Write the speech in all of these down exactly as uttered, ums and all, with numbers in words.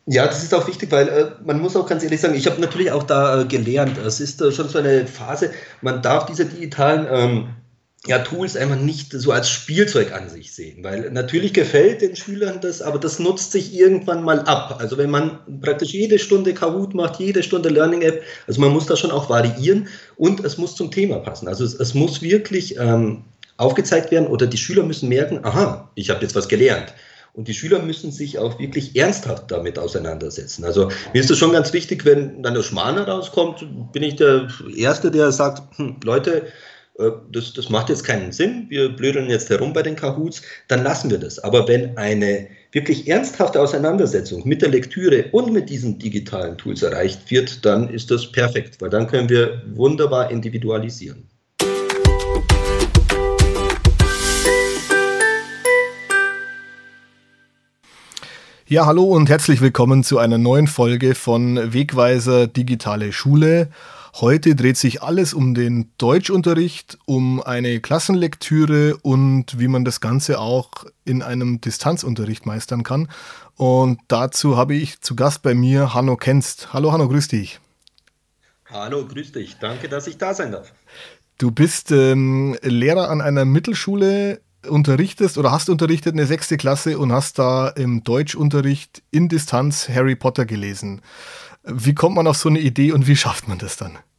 Ja, das ist auch wichtig, weil äh, man muss auch ganz ehrlich sagen, ich habe natürlich auch da äh, gelernt, es ist äh, schon so eine Phase, man darf diese digitalen ähm, ja, Tools einfach nicht so als Spielzeug an sich sehen, weil natürlich gefällt den Schülern das, aber das nutzt sich irgendwann mal ab. Also wenn man praktisch jede Stunde Kahoot macht, jede Stunde Learning App, also man muss da schon auch variieren und es muss zum Thema passen. Also es, es muss wirklich ähm, aufgezeigt werden oder die Schüler müssen merken, aha, ich habe jetzt was gelernt. Und die Schüler müssen sich auch wirklich ernsthaft damit auseinandersetzen. Also mir ist es schon ganz wichtig, wenn dann der Schmarrn rauskommt, bin ich der Erste, der sagt, hm, Leute, äh, das, das macht jetzt keinen Sinn, wir blödeln jetzt herum bei den Kahoots, dann lassen wir das. Aber wenn eine wirklich ernsthafte Auseinandersetzung mit der Lektüre und mit diesen digitalen Tools erreicht wird, dann ist das perfekt, weil dann können wir wunderbar individualisieren. Ja, hallo und herzlich willkommen zu einer neuen Folge von Wegweiser Digitale Schule. Heute dreht sich alles um den Deutschunterricht, um eine Klassenlektüre und wie man das Ganze auch in einem Distanzunterricht meistern kann. Und dazu habe ich zu Gast bei mir Hanno Kenst. Hallo Hanno, grüß dich. Hallo, grüß dich. Danke, dass ich da sein darf. Du bist ähm, Lehrer an einer Mittelschule, unterrichtest oder hast unterrichtet eine sechste Klasse und hast da im Deutschunterricht in Distanz Harry Potter gelesen. Wie kommt man auf so eine Idee und wie schafft man das dann?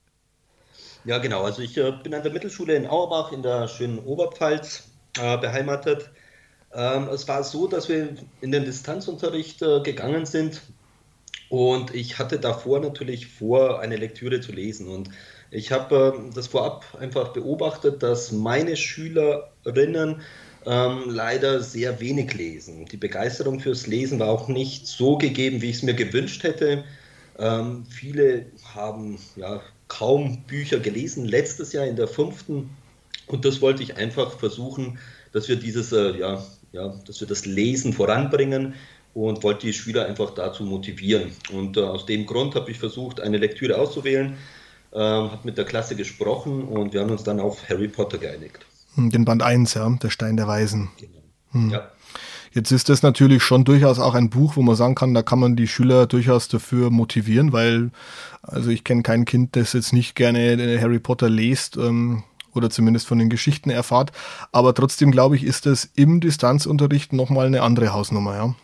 Ja, genau. Also ich äh, bin an der Mittelschule in Auerbach in der schönen Oberpfalz äh, beheimatet. Ähm, es war so, dass wir in den Distanzunterricht äh, gegangen sind und ich hatte davor natürlich vor, eine Lektüre zu lesen. Und ich habe äh, das vorab einfach beobachtet, dass meine Schülerinnen ähm, leider sehr wenig lesen. Die Begeisterung fürs Lesen war auch nicht so gegeben, wie ich es mir gewünscht hätte. Ähm, viele haben ja kaum Bücher gelesen, letztes Jahr in der fünften. Und das wollte ich einfach versuchen, dass wir dieses, äh, ja, ja, dass wir das Lesen voranbringen und wollte die Schüler einfach dazu motivieren. Und äh, aus dem Grund habe ich versucht, eine Lektüre auszuwählen, äh, habe mit der Klasse gesprochen und wir haben uns dann auf Harry Potter geeinigt. Den Band eins, ja, der Stein der Weisen. Genau. Hm. Ja. Jetzt ist das natürlich schon durchaus auch ein Buch, wo man sagen kann, da kann man die Schüler durchaus dafür motivieren, weil, also ich kenne kein Kind, das jetzt nicht gerne Harry Potter liest ähm, oder zumindest von den Geschichten erfahrt, aber trotzdem glaube ich, ist das im Distanzunterricht nochmal eine andere Hausnummer, ja.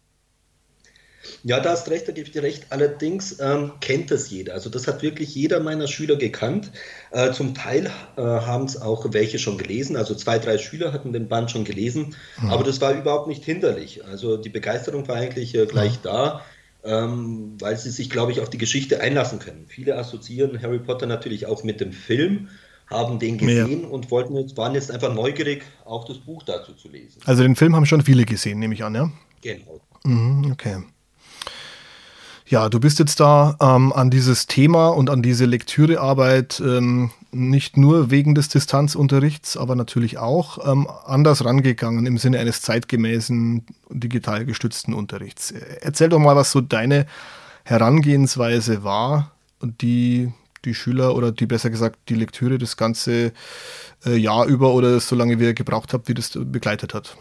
Ja, da hast recht, da gebe ich dir recht. Allerdings ähm, kennt das jeder. Also das hat wirklich jeder meiner Schüler gekannt. Äh, zum Teil äh, haben es auch welche schon gelesen. Also zwei, drei Schüler hatten den Band schon gelesen. Mhm. Aber das war überhaupt nicht hinderlich. Also die Begeisterung war eigentlich äh, gleich mhm. da, ähm, weil sie sich, glaube ich, auf die Geschichte einlassen können. Viele assoziieren Harry Potter natürlich auch mit dem Film, haben den gesehen ja. und wollten jetzt, waren jetzt einfach neugierig, auch das Buch dazu zu lesen. Also den Film haben schon viele gesehen, nehme ich an, ja? Genau. Mhm, okay. Ja, du bist jetzt da ähm, an dieses Thema und an diese Lektürearbeit ähm, nicht nur wegen des Distanzunterrichts, aber natürlich auch ähm, anders rangegangen im Sinne eines zeitgemäßen, digital gestützten Unterrichts. Erzähl doch mal, was so deine Herangehensweise war, die die Schüler oder die besser gesagt die Lektüre das ganze äh, Jahr über oder so lange wie ihr gebraucht habt, wie das begleitet hat.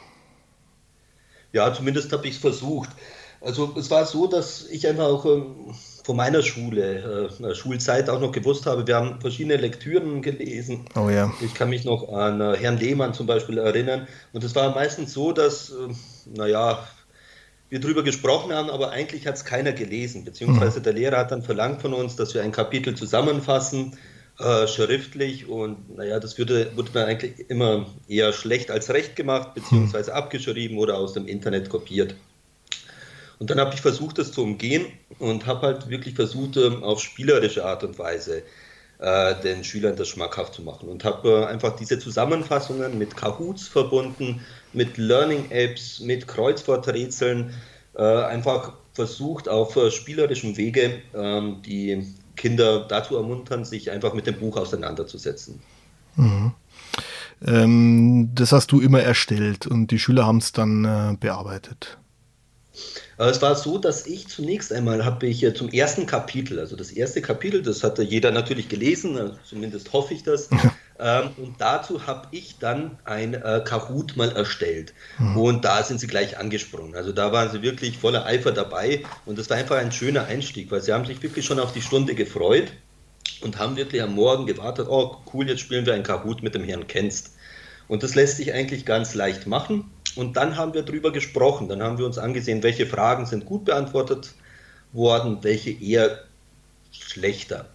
Ja, zumindest habe ich es versucht. Also es war so, dass ich einfach auch ähm, von meiner Schule, äh, Schulzeit auch noch gewusst habe, wir haben verschiedene Lektüren gelesen. Oh ja. Ich kann mich noch an äh, Herrn Lehmann zum Beispiel erinnern. Und es war meistens so, dass, äh, naja, wir darüber gesprochen haben, aber eigentlich hat es keiner gelesen. Beziehungsweise mhm. der Lehrer hat dann verlangt von uns, dass wir ein Kapitel zusammenfassen, äh, schriftlich. Und naja, das würde, wurde dann eigentlich immer eher schlecht als recht gemacht, beziehungsweise mhm. abgeschrieben oder aus dem Internet kopiert. Und dann habe ich versucht, das zu umgehen und habe halt wirklich versucht, auf spielerische Art und Weise äh, den Schülern das schmackhaft zu machen. Und habe äh, einfach diese Zusammenfassungen mit Kahoots verbunden, mit Learning-Apps, mit Kreuzworträtseln, äh, einfach versucht, auf äh, spielerischem Wege äh, die Kinder dazu ermuntern, sich einfach mit dem Buch auseinanderzusetzen. Mhm. Ähm, das hast du immer erstellt und die Schüler haben es dann äh, bearbeitet. Es war so, dass ich zunächst einmal habe ich zum ersten Kapitel, also das erste Kapitel, das hatte jeder natürlich gelesen, zumindest hoffe ich das, Ähm, und dazu habe ich dann ein äh, Kahoot mal erstellt. Mhm. Und da sind sie gleich angesprungen. Also da waren sie wirklich voller Eifer dabei. Und das war einfach ein schöner Einstieg, weil sie haben sich wirklich schon auf die Stunde gefreut und haben wirklich am Morgen gewartet, oh cool, jetzt spielen wir ein Kahoot mit dem Herrn Kenst. Und das lässt sich eigentlich ganz leicht machen. Und dann haben wir drüber gesprochen. Dann haben wir uns angesehen, welche Fragen sind gut beantwortet worden, welche eher schlechter.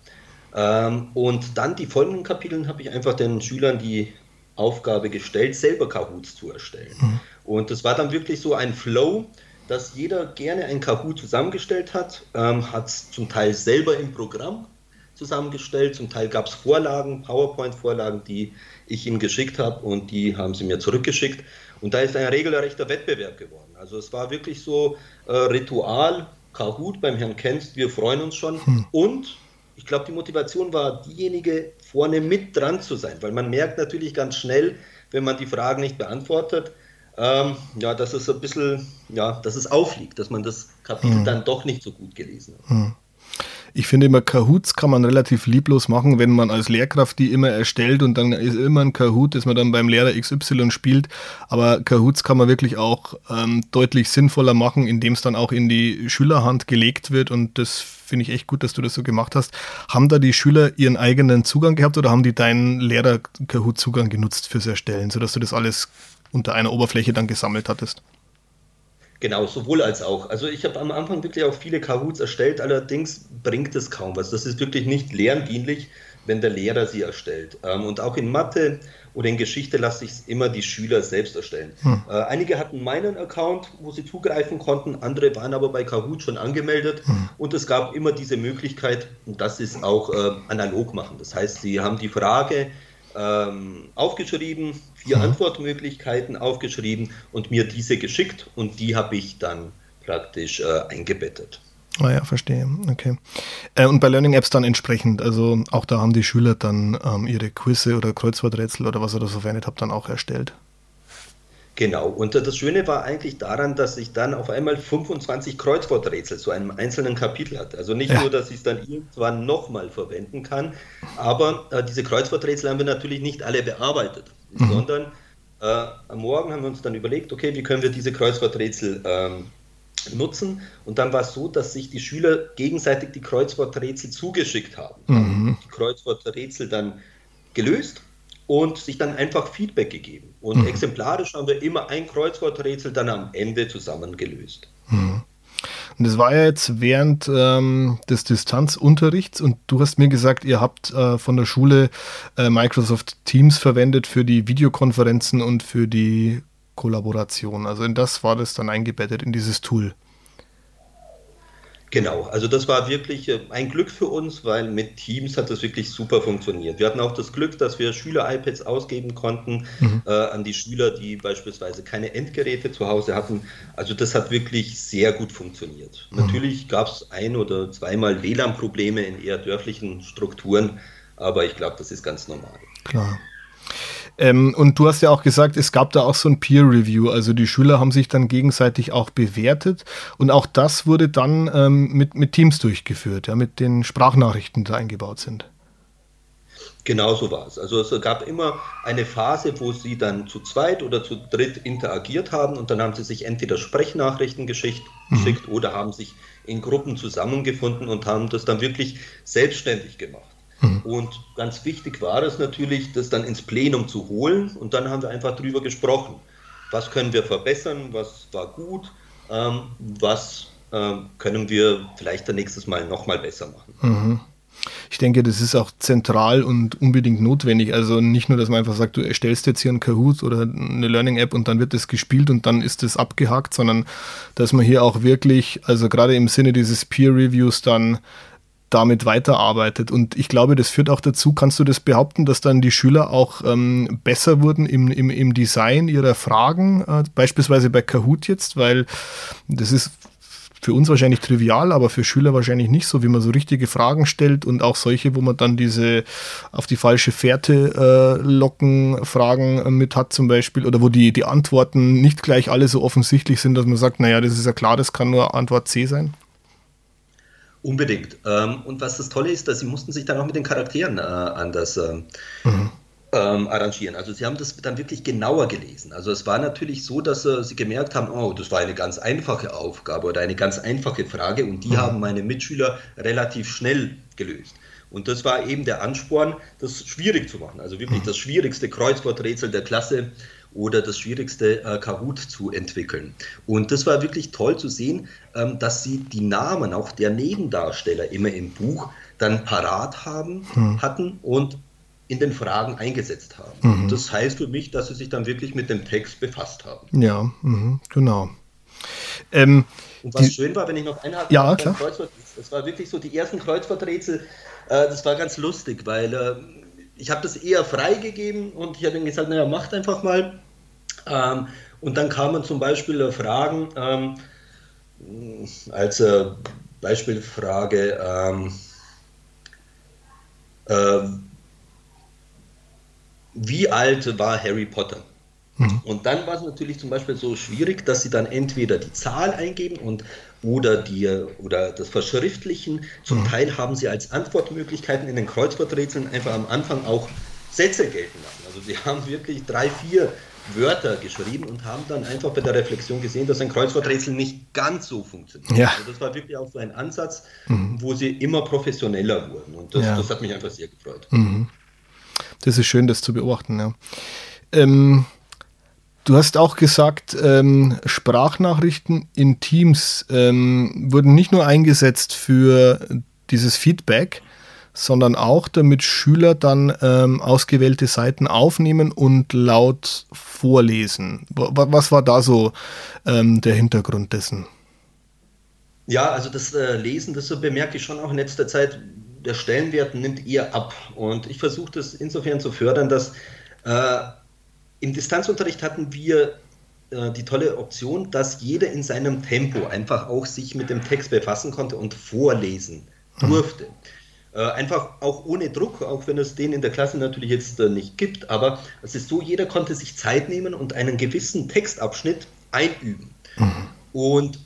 Ähm, und dann die folgenden Kapiteln habe ich einfach den Schülern die Aufgabe gestellt, selber Kahoots zu erstellen. Mhm. Und das war dann wirklich so ein Flow, dass jeder gerne ein Kahoot zusammengestellt hat, ähm, hat es zum Teil selber im Programm zusammengestellt, zum Teil gab es Vorlagen, PowerPoint-Vorlagen, die ich ihm geschickt habe und die haben sie mir zurückgeschickt. Und da ist ein regelrechter Wettbewerb geworden. Also es war wirklich so äh, Ritual, Kahoot beim Herrn Kenst, wir freuen uns schon. Hm. Und ich glaube, die Motivation war diejenige, vorne mit dran zu sein, weil man merkt natürlich ganz schnell, wenn man die Fragen nicht beantwortet, ähm, ja, dass es ein bisschen, ja, dass es aufliegt, dass man das Kapitel Hm. dann doch nicht so gut gelesen hat. Hm. Ich finde immer, Kahoots kann man relativ lieblos machen, wenn man als Lehrkraft die immer erstellt und dann ist immer ein Kahoot, das man dann beim Lehrer X Y spielt. Aber Kahoots kann man wirklich auch ähm, deutlich sinnvoller machen, indem es dann auch in die Schülerhand gelegt wird und das finde ich echt gut, dass du das so gemacht hast. Haben da die Schüler ihren eigenen Zugang gehabt oder haben die deinen Lehrer-Kahoot-Zugang genutzt fürs Erstellen, sodass du das alles unter einer Oberfläche dann gesammelt hattest? Genau, sowohl als auch. Also ich habe am Anfang wirklich auch viele Kahoots erstellt, allerdings bringt es kaum was. Das ist wirklich nicht lerndienlich, wenn der Lehrer sie erstellt. Ähm, und auch in Mathe oder in Geschichte lasse ich es immer die Schüler selbst erstellen. Hm. Äh, einige hatten meinen Account, wo sie zugreifen konnten, andere waren aber bei Kahoot schon angemeldet Hm. und es gab immer diese Möglichkeit, und das ist auch äh, analog machen. Das heißt, sie haben die Frage ähm, aufgeschrieben, vier Mhm. Antwortmöglichkeiten aufgeschrieben und mir diese geschickt und die habe ich dann praktisch äh, eingebettet. Ah ja, verstehe. Okay. Äh, und bei Learning Apps dann entsprechend, also auch da haben die Schüler dann ähm, ihre Quizze oder Kreuzworträtsel oder was ihr da so verwendet habt, dann auch erstellt. Genau, und äh, das Schöne war eigentlich daran, dass ich dann auf einmal fünfundzwanzig Kreuzworträtsel zu einem einzelnen Kapitel hatte. Also nicht Ja. nur, dass ich es dann irgendwann nochmal verwenden kann, aber äh, diese Kreuzworträtsel haben wir natürlich nicht alle bearbeitet, Mhm. sondern äh, am Morgen haben wir uns dann überlegt, okay, wie können wir diese Kreuzworträtsel ähm, nutzen? Und dann war es so, dass sich die Schüler gegenseitig die Kreuzworträtsel zugeschickt haben. Mhm. Haben die Kreuzworträtsel dann gelöst und sich dann einfach Feedback gegeben. Und Mhm. exemplarisch haben wir immer ein Kreuzworträtsel dann am Ende zusammen gelöst. Mhm. Und das war ja jetzt während ähm, des Distanzunterrichts und du hast mir gesagt, ihr habt äh, von der Schule äh, Microsoft Teams verwendet für die Videokonferenzen und für die Kollaboration. Also in das war das dann eingebettet, in dieses Tool. Genau, also das war wirklich äh, ein Glück für uns, weil mit Teams hat das wirklich super funktioniert. Wir hatten auch das Glück, dass wir Schüler-iPads ausgeben konnten Mhm. äh, an die Schüler, die beispielsweise keine Endgeräte zu Hause hatten. Also das hat wirklich sehr gut funktioniert. Mhm. Natürlich gab es ein oder zweimal W L A N-Probleme in eher dörflichen Strukturen, aber ich glaube, das ist ganz normal. Klar. Ähm, und du hast ja auch gesagt, es gab da auch so ein Peer-Review, also die Schüler haben sich dann gegenseitig auch bewertet und auch das wurde dann ähm, mit, mit Teams durchgeführt, ja, mit den Sprachnachrichten, die da eingebaut sind. Genau so war es. Also es gab immer eine Phase, wo sie dann zu zweit oder zu dritt interagiert haben und dann haben sie sich entweder Sprechnachrichten geschickt, Mhm. geschickt oder haben sich in Gruppen zusammengefunden und haben das dann wirklich selbstständig gemacht. Mhm. Und ganz wichtig war es natürlich, das dann ins Plenum zu holen und dann haben wir einfach drüber gesprochen. Was können wir verbessern, was war gut, ähm, was ähm, können wir vielleicht das nächste Mal nochmal besser machen. Mhm. Ich denke, das ist auch zentral und unbedingt notwendig. Also nicht nur, dass man einfach sagt, du erstellst jetzt hier einen Kahoot oder eine Learning-App und dann wird das gespielt und dann ist das abgehakt, sondern dass man hier auch wirklich, also gerade im Sinne dieses Peer-Reviews dann damit weiterarbeitet. Und ich glaube, das führt auch dazu, kannst du das behaupten, dass dann die Schüler auch ähm, besser wurden im, im, im Design ihrer Fragen, äh, beispielsweise bei Kahoot jetzt, weil das ist für uns wahrscheinlich trivial, aber für Schüler wahrscheinlich nicht so, wie man so richtige Fragen stellt und auch solche, wo man dann diese auf die falsche Fährte äh, locken Fragen äh, mit hat zum Beispiel oder wo die, die Antworten nicht gleich alle so offensichtlich sind, dass man sagt, naja, das ist ja klar, das kann nur Antwort C sein. Unbedingt. Ähm, und was das Tolle ist, dass sie mussten sich dann auch mit den Charakteren äh, anders ähm, Mhm. ähm, arrangieren. Also sie haben das dann wirklich genauer gelesen. Also es war natürlich so, dass äh, sie gemerkt haben, oh, das war eine ganz einfache Aufgabe oder eine ganz einfache Frage und die mhm. haben meine Mitschüler relativ schnell gelöst. Und das war eben der Ansporn, das schwierig zu machen. Also wirklich mhm. das schwierigste Kreuzworträtsel der Klasse oder das schwierigste äh, Kahoot zu entwickeln. Und das war wirklich toll zu sehen, ähm, dass sie die Namen auch der Nebendarsteller immer im Buch dann parat haben, mhm. hatten und in den Fragen eingesetzt haben. Mhm. Das heißt für mich, dass sie sich dann wirklich mit dem Text befasst haben. Ja, mh, genau. Ähm, und was die, schön war, wenn ich noch einhaken ja, klar. Kreuzwort, das war wirklich so die ersten Kreuzworträtsel, äh, das war ganz lustig, weil äh, ich habe das eher freigegeben und ich habe ihnen gesagt, naja, macht einfach mal. Ähm, und dann kamen zum Beispiel äh, Fragen, ähm, als äh, Beispielfrage, ähm, äh, wie alt war Harry Potter? Mhm. Und dann war es natürlich zum Beispiel so schwierig, dass sie dann entweder die Zahl eingeben und oder, die, oder das Verschriftlichen. Zum mhm. Teil haben sie als Antwortmöglichkeiten in den Kreuzworträtseln einfach am Anfang auch Sätze gelten lassen. Also sie haben wirklich drei, vier Wörter geschrieben und haben dann einfach bei der Reflexion gesehen, dass ein Kreuzworträtsel nicht ganz so funktioniert. Ja. Also das war wirklich auch so ein Ansatz, mhm. wo sie immer professioneller wurden. Und das, ja. das hat mich einfach sehr gefreut. Mhm. Das ist schön, das zu beobachten. Ja. Ähm, du hast auch gesagt, ähm, Sprachnachrichten in Teams ähm, wurden nicht nur eingesetzt für dieses Feedback, sondern auch damit Schüler dann ähm, ausgewählte Seiten aufnehmen und laut vorlesen. Was war da so ähm, der Hintergrund dessen? Ja, also das äh, Lesen, das so bemerke ich schon auch in letzter Zeit, der Stellenwert nimmt eher ab. Und ich versuche das insofern zu fördern, dass äh, im Distanzunterricht hatten wir äh, die tolle Option, dass jeder in seinem Tempo einfach auch sich mit dem Text befassen konnte und vorlesen durfte. Mhm. Äh, einfach auch ohne Druck, auch wenn es den in der Klasse natürlich jetzt äh, nicht gibt, aber es ist so, jeder konnte sich Zeit nehmen und einen gewissen Textabschnitt einüben. Mhm. Und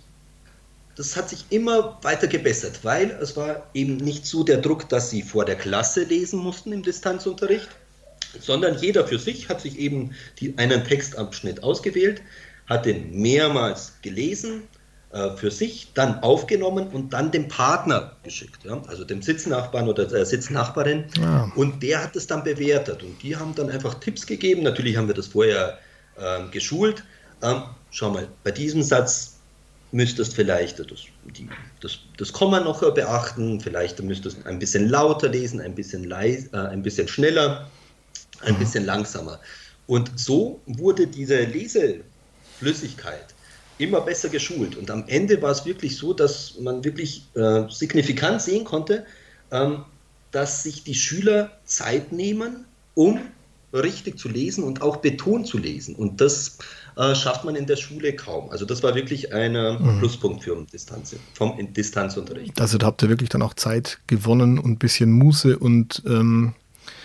das hat sich immer weiter gebessert, weil es war eben nicht so der Druck, dass sie vor der Klasse lesen mussten im Distanzunterricht, sondern jeder für sich hat sich eben die, einen Textabschnitt ausgewählt, hat den mehrmals gelesen, äh, für sich, dann aufgenommen und dann dem Partner geschickt, ja? Also dem Sitznachbarn oder der Sitznachbarin. Ja. Und der hat es dann bewertet und die haben dann einfach Tipps gegeben. Natürlich haben wir das vorher äh, geschult. Ähm, schau mal, bei diesem Satz müsstest vielleicht das, die, das, das Komma noch beachten, vielleicht müsstest du ein bisschen lauter lesen, ein bisschen, leis, äh, ein bisschen schneller, ein mhm. bisschen langsamer. Und so wurde diese Leseflüssigkeit immer besser geschult. Und am Ende war es wirklich so, dass man wirklich äh, signifikant sehen konnte, ähm, dass sich die Schüler Zeit nehmen, um richtig zu lesen und auch betont zu lesen. Und das äh, schafft man in der Schule kaum. Also das war wirklich ein mhm. Pluspunkt für Distanz, vom Distanzunterricht. Also da habt ihr wirklich dann auch Zeit gewonnen und ein bisschen Muße und ähm,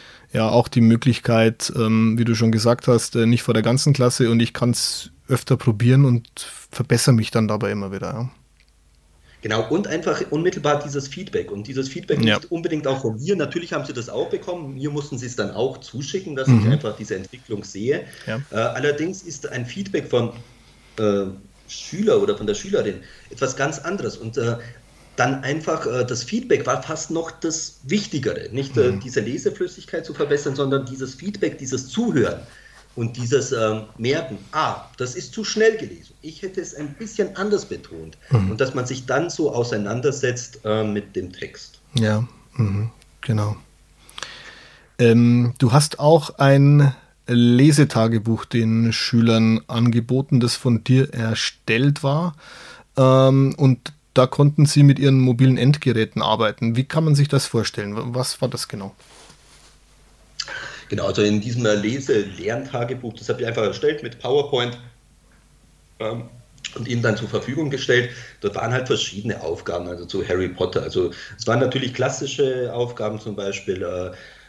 ja auch die Möglichkeit, ähm, wie du schon gesagt hast, äh, nicht vor der ganzen Klasse und ich kann es öfter probieren und verbessere mich dann dabei immer wieder. Ja. Genau, und einfach unmittelbar dieses Feedback. Und dieses Feedback ja. nicht unbedingt auch von mir. Natürlich haben sie das auch bekommen. Mir mussten sie es dann auch zuschicken, dass mhm. ich einfach diese Entwicklung sehe. Ja. Äh, allerdings ist ein Feedback vom äh, Schüler oder von der Schülerin etwas ganz anderes. Und äh, dann einfach äh, das Feedback war fast noch das Wichtigere. Nicht äh, mhm. diese Leseflüssigkeit zu verbessern, sondern dieses Feedback, dieses Zuhören. Und dieses äh, Merken, ah, das ist zu schnell gelesen. Ich hätte es ein bisschen anders betont. Mhm. Und dass man sich dann so auseinandersetzt äh, mit dem Text. Ja, mhm, genau. Ähm, du hast auch ein Lesetagebuch den Schülern angeboten, das von dir erstellt war. Ähm, und da konnten sie mit ihren mobilen Endgeräten arbeiten. Wie kann man sich das vorstellen? Was war das genau? Genau, also in diesem Lese-Lerntagebuch, das habe ich einfach erstellt mit PowerPoint ähm, und ihnen dann zur Verfügung gestellt. Dort waren halt verschiedene Aufgaben, also zu Harry Potter. Also es waren natürlich klassische Aufgaben, zum Beispiel äh,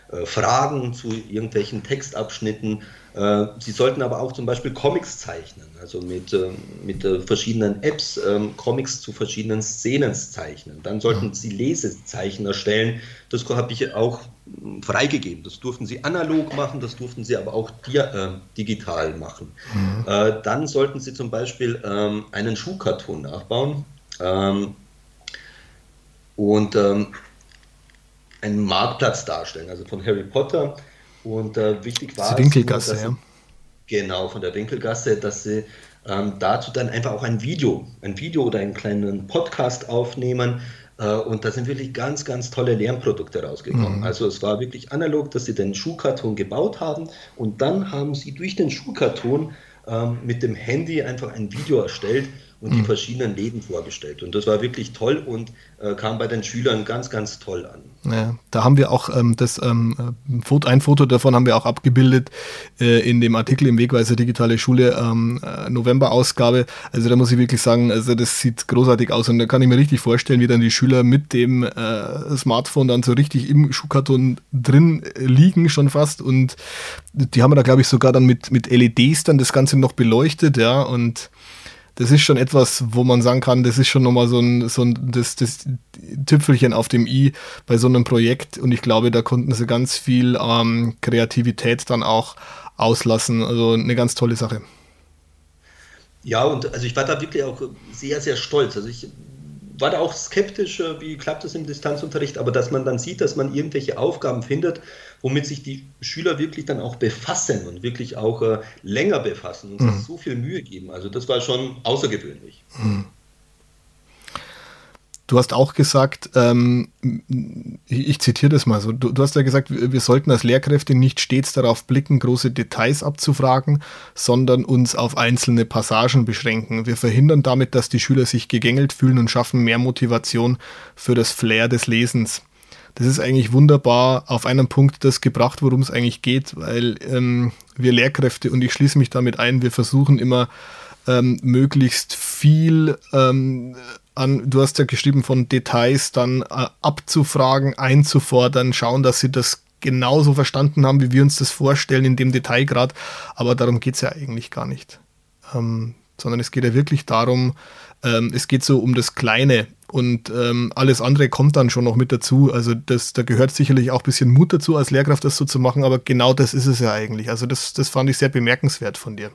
äh, Fragen zu irgendwelchen Textabschnitten. Äh, sie sollten aber auch zum Beispiel Comics zeichnen, also mit, äh, mit äh, verschiedenen Apps äh, Comics zu verschiedenen Szenen zeichnen. Dann sollten sie Lesezeichen erstellen. Das habe ich auch äh, freigegeben. Das durften sie analog machen, das durften sie aber auch di äh, digital machen. Mhm. Äh, dann sollten sie zum Beispiel ähm, einen Schuhkarton nachbauen ähm, und ähm, einen Marktplatz darstellen, also von Harry Potter. Und äh, wichtig war die Winkelgasse, es, nur, dass sie, ja. Genau, von der Winkelgasse, dass sie ähm, dazu dann einfach auch ein Video, ein Video oder einen kleinen Podcast aufnehmen. Äh, und da sind wirklich ganz, ganz tolle Lernprodukte rausgekommen. Mhm. Also es war wirklich analog, dass sie den Schuhkarton gebaut haben und dann haben sie durch den Schuhkarton ähm, mit dem Handy einfach ein Video erstellt und die verschiedenen Läden vorgestellt. Und das war wirklich toll und äh, kam bei den Schülern ganz, ganz toll an. Ja, da haben wir auch ähm, das ähm, Foto, ein Foto davon haben wir auch abgebildet äh, in dem Artikel im Wegweiser Digitale Schule ähm, äh, November-Ausgabe. Also da muss ich wirklich sagen, also das sieht großartig aus und da kann ich mir richtig vorstellen, wie dann die Schüler mit dem äh, Smartphone dann so richtig im Schuhkarton drin liegen schon fast und die haben da glaube ich sogar dann mit, mit L E Ds dann das Ganze noch beleuchtet, ja, und das ist schon etwas, wo man sagen kann, das ist schon nochmal so ein, so ein das, das Tüpfelchen auf dem i bei so einem Projekt. Und ich glaube, da konnten sie ganz viel ähm, Kreativität dann auch auslassen. Also eine ganz tolle Sache. Ja, und also ich war da wirklich auch sehr, sehr stolz. Also ich war da auch skeptisch, wie klappt das im Distanzunterricht, aber dass man dann sieht, dass man irgendwelche Aufgaben findet, womit sich die Schüler wirklich dann auch befassen und wirklich auch äh, länger befassen und mhm. sich so viel Mühe geben. Also das war schon außergewöhnlich. Mhm. Du hast auch gesagt, ähm, ich, ich zitiere das mal so, du, du hast ja gesagt, wir, wir sollten als Lehrkräfte nicht stets darauf blicken, große Details abzufragen, sondern uns auf einzelne Passagen beschränken. Wir verhindern damit, dass die Schüler sich gegängelt fühlen und schaffen mehr Motivation für das Flair des Lesens. Das ist eigentlich wunderbar auf einen Punkt das gebracht, worum es eigentlich geht, weil ähm, wir Lehrkräfte, und ich schließe mich damit ein, wir versuchen immer ähm, möglichst viel ähm, an, du hast ja geschrieben, von Details dann äh, abzufragen, einzufordern, schauen, dass sie das genauso verstanden haben, wie wir uns das vorstellen in dem Detailgrad, aber darum geht es ja eigentlich gar nicht. Ähm, sondern es geht ja wirklich darum, ähm, es geht so um das Kleine und ähm, alles andere kommt dann schon noch mit dazu. Also das, da gehört sicherlich auch ein bisschen Mut dazu, als Lehrkraft das so zu machen, aber genau das ist es ja eigentlich. Also das, das fand ich sehr bemerkenswert von dir.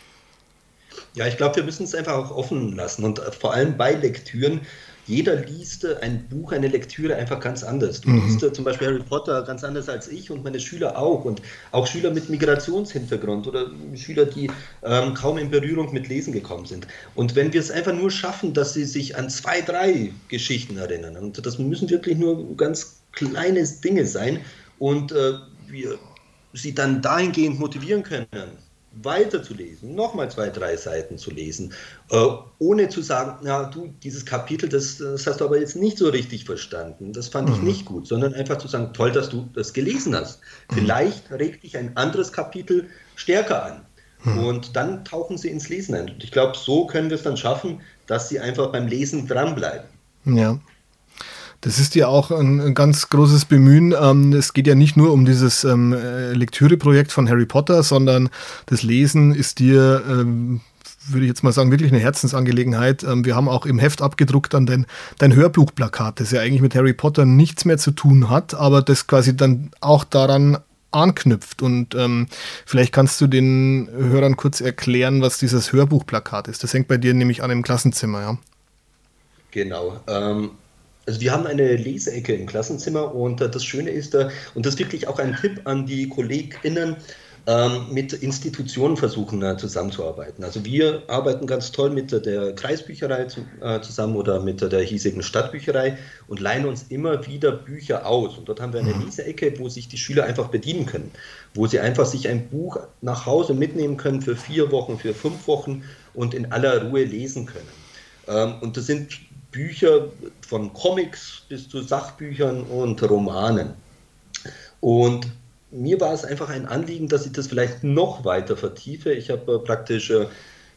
Ja, ich glaube, wir müssen es einfach auch offen lassen und vor allem bei Lektüren. Jeder liest ein Buch, eine Lektüre einfach ganz anders. Du mhm. liest zum Beispiel Harry Potter ganz anders als ich und meine Schüler auch. Und auch Schüler mit Migrationshintergrund oder Schüler, die ähm, kaum in Berührung mit Lesen gekommen sind. Und wenn wir es einfach nur schaffen, dass sie sich an zwei, drei Geschichten erinnern, und das müssen wirklich nur ganz kleine Dinge sein, und äh, wir sie dann dahingehend motivieren können, weiter zu lesen, nochmal zwei, drei Seiten zu lesen, äh, ohne zu sagen, na du, dieses Kapitel, das, das hast du aber jetzt nicht so richtig verstanden, das fand mhm. ich nicht gut, sondern einfach zu sagen, toll, dass du das gelesen hast. Mhm. Vielleicht regt dich ein anderes Kapitel stärker an. Mhm. Und dann tauchen sie ins Lesen ein. Und ich glaube, so können wir es dann schaffen, dass sie einfach beim Lesen dranbleiben. Ja. Das ist ja auch ein, ein ganz großes Bemühen. Ähm, es geht ja nicht nur um dieses ähm, Lektüreprojekt von Harry Potter, sondern das Lesen ist dir, ähm, würde ich jetzt mal sagen, wirklich eine Herzensangelegenheit. Ähm, wir haben auch im Heft abgedruckt dann dein, dein Hörbuchplakat, das ja eigentlich mit Harry Potter nichts mehr zu tun hat, aber das quasi dann auch daran anknüpft. Und ähm, vielleicht kannst du den Hörern kurz erklären, was dieses Hörbuchplakat ist. Das hängt bei dir nämlich an im Klassenzimmer, ja? Genau. Ähm Also wir haben eine Leseecke im Klassenzimmer und äh, das Schöne ist, äh, und das ist wirklich auch ein Tipp an die KollegInnen, ähm, mit Institutionen versuchen äh, zusammenzuarbeiten. Also wir arbeiten ganz toll mit äh, der Kreisbücherei zu, äh, zusammen oder mit äh, der hiesigen Stadtbücherei und leihen uns immer wieder Bücher aus. Und dort haben wir eine Leseecke, wo sich die Schüler einfach bedienen können, wo sie einfach sich ein Buch nach Hause mitnehmen können für vier Wochen, für fünf Wochen und in aller Ruhe lesen können. Ähm, und das sind Bücher von Comics bis zu Sachbüchern und Romanen. Und mir war es einfach ein Anliegen, dass ich das vielleicht noch weiter vertiefe. Ich habe äh, praktisch äh,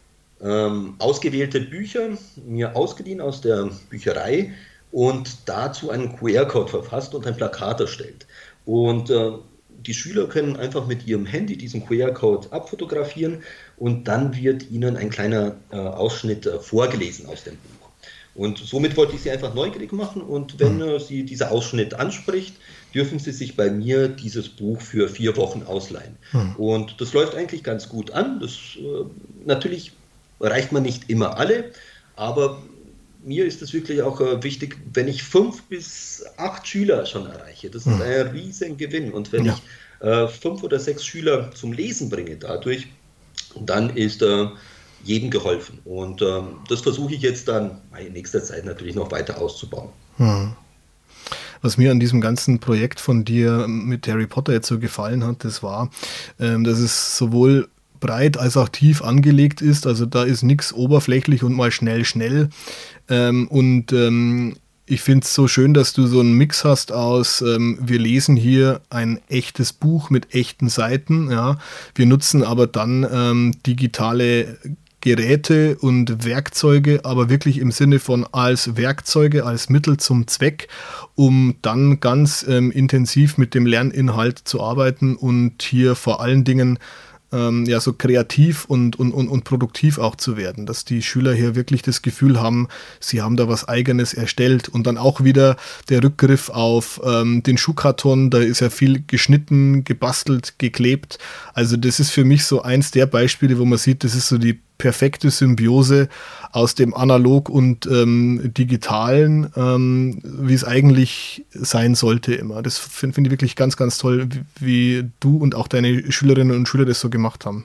ähm, ausgewählte Bücher mir ausgeliehen aus der Bücherei und dazu einen Q R-Code verfasst und ein Plakat erstellt. Und äh, die Schüler können einfach mit ihrem Handy diesen Q R-Code abfotografieren und dann wird ihnen ein kleiner äh, Ausschnitt äh, vorgelesen aus dem Buch. Und somit wollte ich sie einfach neugierig machen und wenn äh, sie dieser Ausschnitt anspricht, dürfen sie sich bei mir dieses Buch für vier Wochen ausleihen. Hm. Und das läuft eigentlich ganz gut an. Das, äh, natürlich erreicht man nicht immer alle, aber mir ist es wirklich auch äh, wichtig, wenn ich fünf bis acht Schüler schon erreiche. Das ist hm. ein riesen Gewinn. Und wenn ja. ich äh, fünf oder sechs Schüler zum Lesen bringe dadurch, dann ist äh, jedem geholfen. Und äh, das versuche ich jetzt dann in nächster Zeit natürlich noch weiter auszubauen. Hm. Was mir an diesem ganzen Projekt von dir mit Harry Potter jetzt so gefallen hat, das war, ähm, dass es sowohl breit als auch tief angelegt ist. Also da ist nichts oberflächlich und mal schnell, schnell. Ähm, und ähm, ich finde es so schön, dass du so einen Mix hast aus, ähm, wir lesen hier ein echtes Buch mit echten Seiten. Ja. Wir nutzen aber dann ähm, digitale Geräte und Werkzeuge, aber wirklich im Sinne von als Werkzeuge, als Mittel zum Zweck, um dann ganz ähm, intensiv mit dem Lerninhalt zu arbeiten und hier vor allen Dingen ähm, ja so kreativ und, und, und, und produktiv auch zu werden, dass die Schüler hier wirklich das Gefühl haben, sie haben da was Eigenes erstellt und dann auch wieder der Rückgriff auf ähm, den Schuhkarton, da ist ja viel geschnitten, gebastelt, geklebt, also das ist für mich so eins der Beispiele, wo man sieht, das ist so die perfekte Symbiose aus dem Analog und ähm, Digitalen, ähm, wie es eigentlich sein sollte immer. Das finde find ich wirklich ganz, ganz toll, wie, wie du und auch deine Schülerinnen und Schüler das so gemacht haben.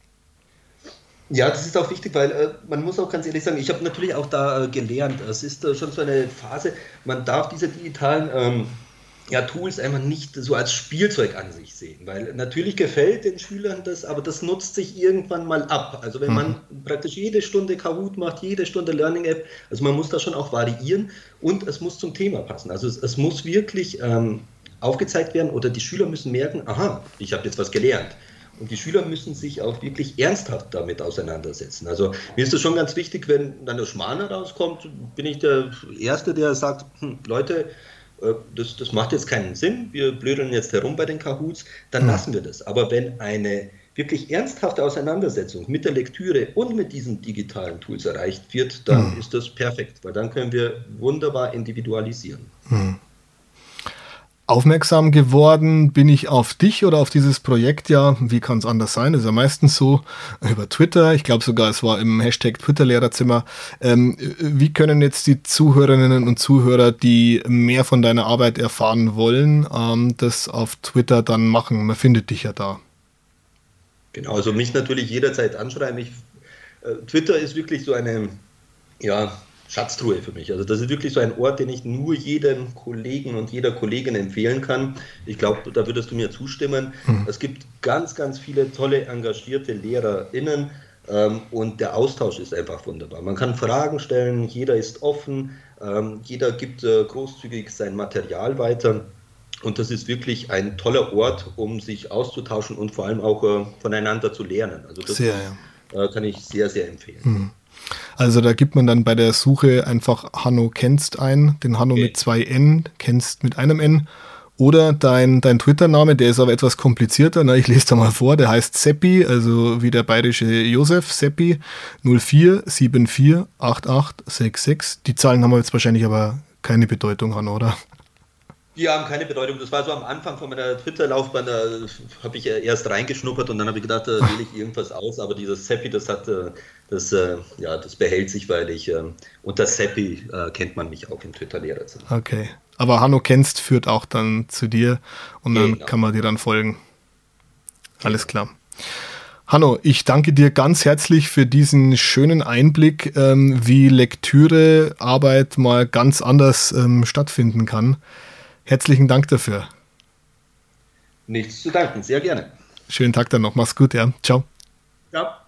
Ja, das ist auch wichtig, weil äh, man muss auch ganz ehrlich sagen, ich habe natürlich auch da äh, gelernt. Es ist äh, schon so eine Phase, man darf diese digitalen ähm, ja, Tools einfach nicht so als Spielzeug an sich sehen, weil natürlich gefällt den Schülern das, aber das nutzt sich irgendwann mal ab. Also wenn man mhm. praktisch jede Stunde Kahoot macht, jede Stunde Learning App, also man muss da schon auch variieren und es muss zum Thema passen. Also es, es muss wirklich ähm, aufgezeigt werden oder die Schüler müssen merken, aha, ich habe jetzt was gelernt. Und die Schüler müssen sich auch wirklich ernsthaft damit auseinandersetzen. Also mir ist es schon ganz wichtig, wenn dann der Schmarrn rauskommt, bin ich der Erste, der sagt, hm, Leute, Das, das macht jetzt keinen Sinn, wir blödeln jetzt herum bei den Kahoots, dann mhm. lassen wir das. Aber wenn eine wirklich ernsthafte Auseinandersetzung mit der Lektüre und mit diesen digitalen Tools erreicht wird, dann mhm. ist das perfekt, weil dann können wir wunderbar individualisieren. Mhm. Aufmerksam geworden bin ich auf dich oder auf dieses Projekt, ja, wie kann es anders sein, das ist ja meistens so, über Twitter, ich glaube sogar, es war im Hashtag Twitter-Lehrerzimmer. Ähm, wie können jetzt die Zuhörerinnen und Zuhörer, die mehr von deiner Arbeit erfahren wollen, ähm, das auf Twitter dann machen? Man findet dich ja da. Genau, also mich natürlich jederzeit anschreiben. Ich, äh, Twitter ist wirklich so eine, ja, Schatztruhe für mich. Also das ist wirklich so ein Ort, den ich nur jedem Kollegen und jeder Kollegin empfehlen kann. Ich glaube, da würdest du mir zustimmen. Mhm. Es gibt ganz, ganz viele tolle, engagierte LehrerInnen ähm, und der Austausch ist einfach wunderbar. Man kann Fragen stellen, jeder ist offen, ähm, jeder gibt äh, großzügig sein Material weiter und das ist wirklich ein toller Ort, um sich auszutauschen und vor allem auch äh, voneinander zu lernen. Also das sehr, ist, ja. äh, kann ich sehr, sehr empfehlen. Mhm. Also da gibt man dann bei der Suche einfach Hanno Kenst ein, den Hanno okay. mit zwei N, Kenst mit einem N. Oder dein, dein Twitter-Name, der ist aber etwas komplizierter. Na, ich lese da mal vor, der heißt Seppi, also wie der bayerische Josef, Seppi null vier sieben vier acht acht sechs sechs. Die Zahlen haben wir jetzt wahrscheinlich aber keine Bedeutung, Hanno, oder? Die haben keine Bedeutung. Das war so am Anfang von meiner Twitter-Laufbahn, da habe ich erst reingeschnuppert und dann habe ich gedacht, da wähle ich irgendwas aus, aber dieses Seppi, das hat, das, ja, das behält sich, weil ich, unter Seppi kennt man mich auch im Twitter-Lehrerzimmer. Okay, aber Hanno Kenst führt auch dann zu dir und dann genau. kann man dir dann folgen. Alles klar. Hanno, ich danke dir ganz herzlich für diesen schönen Einblick, ähm, wie Lektürearbeit mal ganz anders ähm, stattfinden kann. Herzlichen Dank dafür. Nichts zu danken, sehr gerne. Schönen Tag dann noch. Mach's gut, ja. Ciao. Ja.